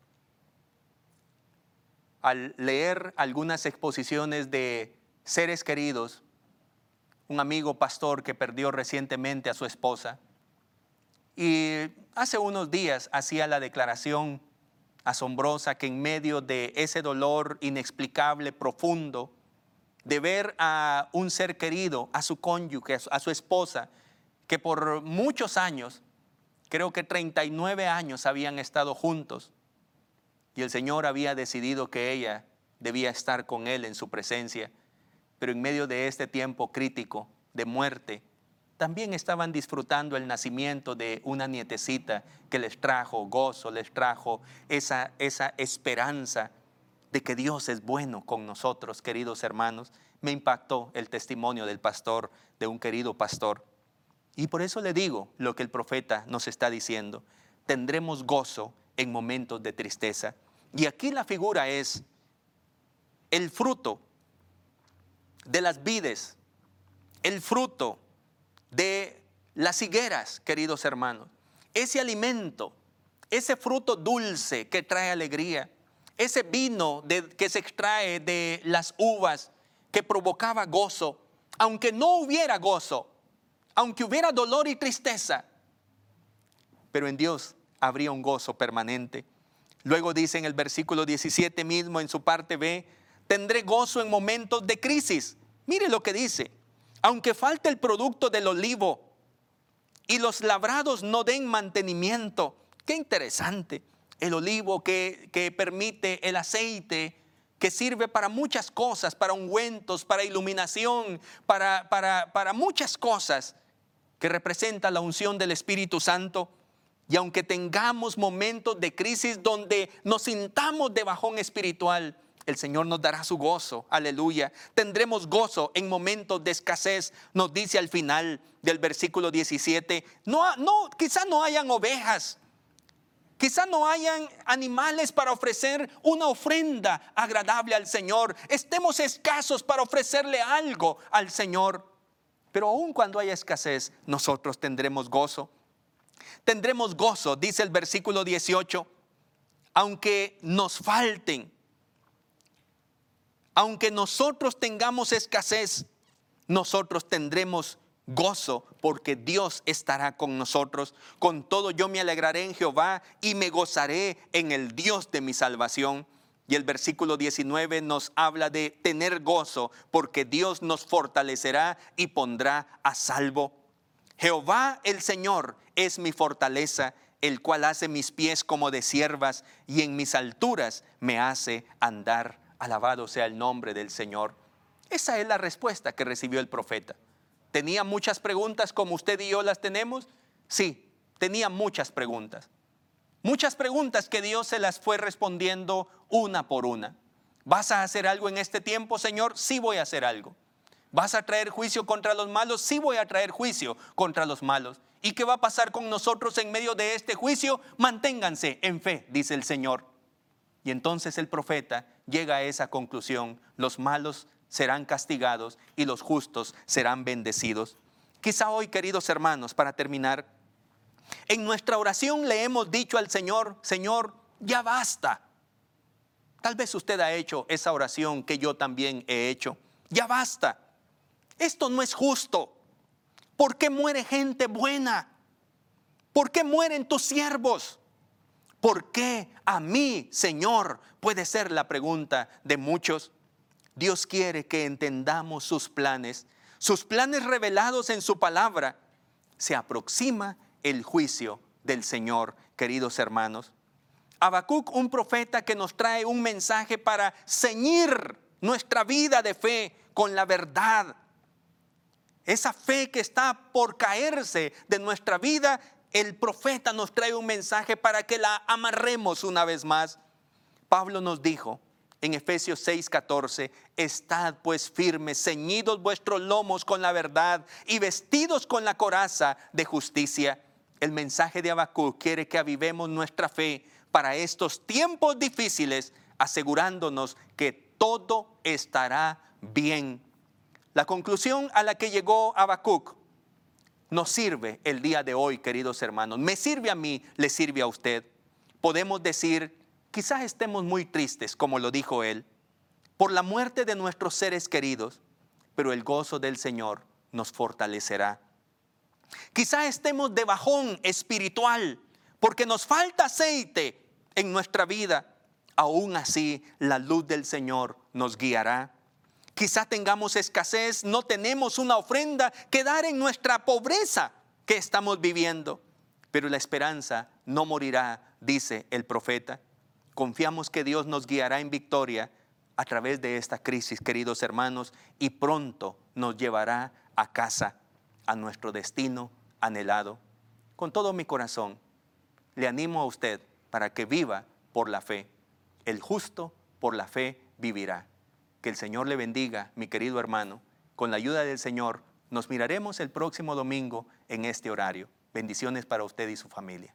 Al leer algunas exposiciones de seres queridos, un amigo pastor que perdió recientemente a su esposa, y hace unos días hacía la declaración asombrosa que en medio de ese dolor inexplicable, profundo, de ver a un ser querido, a su cónyuge, a su esposa, que por muchos años, creo que treinta y nueve años habían estado juntos, y el Señor había decidido que ella debía estar con él en su presencia, pero en medio de este tiempo crítico de muerte, también estaban disfrutando el nacimiento de una nietecita que les trajo gozo, les trajo esa, esa esperanza de que Dios es bueno con nosotros, queridos hermanos. Me impactó el testimonio del pastor, de un querido pastor. Y por eso le digo lo que el profeta nos está diciendo. Tendremos gozo en momentos de tristeza. Y aquí la figura es el fruto de las vides, el fruto de las higueras, queridos hermanos. Ese alimento, ese fruto dulce que trae alegría, ese vino de, que se extrae de las uvas que provocaba gozo, aunque no hubiera gozo, aunque hubiera dolor y tristeza, pero en Dios habría un gozo permanente. Luego dice en el versículo diecisiete mismo, en su parte B, tendré gozo en momentos de crisis. Mire lo que dice. Aunque falte el producto del olivo y los labrados no den mantenimiento. Qué interesante. El olivo que, que permite el aceite, que sirve para muchas cosas, para ungüentos, para iluminación, para, para, para muchas cosas, que representa la unción del Espíritu Santo. Y aunque tengamos momentos de crisis donde nos sintamos de bajón espiritual, el Señor nos dará su gozo, aleluya. Tendremos gozo en momentos de escasez, nos dice al final del versículo diecisiete. No, no, quizá no hayan ovejas, quizá no hayan animales para ofrecer una ofrenda agradable al Señor. Estemos escasos para ofrecerle algo al Señor. Pero aun cuando haya escasez, nosotros tendremos gozo. Tendremos gozo, dice el versículo dieciocho, aunque nos falten, aunque nosotros tengamos escasez, nosotros tendremos gozo porque Dios estará con nosotros. Con todo yo me alegraré en Jehová y me gozaré en el Dios de mi salvación. Y el versículo diecinueve nos habla de tener gozo porque Dios nos fortalecerá y pondrá a salvo. Jehová el Señor es mi fortaleza, el cual hace mis pies como de ciervas y en mis alturas me hace andar. Alabado sea el nombre del Señor. Esa es la respuesta que recibió el profeta. ¿Tenía muchas preguntas como usted y yo las tenemos? Sí, tenía muchas preguntas. Muchas preguntas que Dios se las fue respondiendo una por una. ¿Vas a hacer algo en este tiempo, Señor? Sí, voy a hacer algo. ¿Vas a traer juicio contra los malos? Sí, voy a traer juicio contra los malos. ¿Y qué va a pasar con nosotros en medio de este juicio? Manténganse en fe, dice el Señor. Y entonces el profeta llega a esa conclusión: los malos serán castigados y los justos serán bendecidos. Quizá hoy, queridos hermanos, para terminar, en nuestra oración le hemos dicho al Señor: Señor, ya basta. Tal vez usted ha hecho esa oración que yo también he hecho. Ya basta. Esto no es justo. ¿Por qué muere gente buena? ¿Por qué mueren tus siervos? ¿Por qué a mí, Señor? Puede ser la pregunta de muchos. Dios quiere que entendamos sus planes, sus planes revelados en su palabra. Se aproxima el juicio del Señor, queridos hermanos. Habacuc, un profeta que nos trae un mensaje para ceñir nuestra vida de fe con la verdad. Esa fe que está por caerse de nuestra vida, el profeta nos trae un mensaje para que la amarremos una vez más. Pablo nos dijo en Efesios seis catorce: estad pues firmes, ceñidos vuestros lomos con la verdad y vestidos con la coraza de justicia. El mensaje de Habacuc quiere que avivemos nuestra fe para estos tiempos difíciles, asegurándonos que todo estará bien. La conclusión a la que llegó Habacuc nos sirve el día de hoy, queridos hermanos. Me sirve a mí, le sirve a usted. Podemos decir: quizás estemos muy tristes, como lo dijo él, por la muerte de nuestros seres queridos, pero el gozo del Señor nos fortalecerá. Quizás estemos de bajón espiritual, porque nos falta aceite en nuestra vida. Aún así, la luz del Señor nos guiará. Quizá tengamos escasez, no tenemos una ofrenda que dar en nuestra pobreza que estamos viviendo. Pero la esperanza no morirá, dice el profeta. Confiamos que Dios nos guiará en victoria a través de esta crisis, queridos hermanos, y pronto nos llevará a casa, a nuestro destino anhelado. Con todo mi corazón, le animo a usted para que viva por la fe. El justo por la fe vivirá. Que el Señor le bendiga, mi querido hermano. Con la ayuda del Señor, nos miraremos el próximo domingo en este horario. Bendiciones para usted y su familia.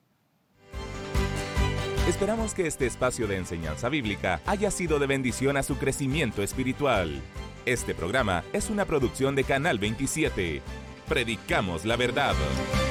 Esperamos que este espacio de enseñanza bíblica haya sido de bendición a su crecimiento espiritual. Este programa es una producción de Canal veintisiete. Predicamos la verdad.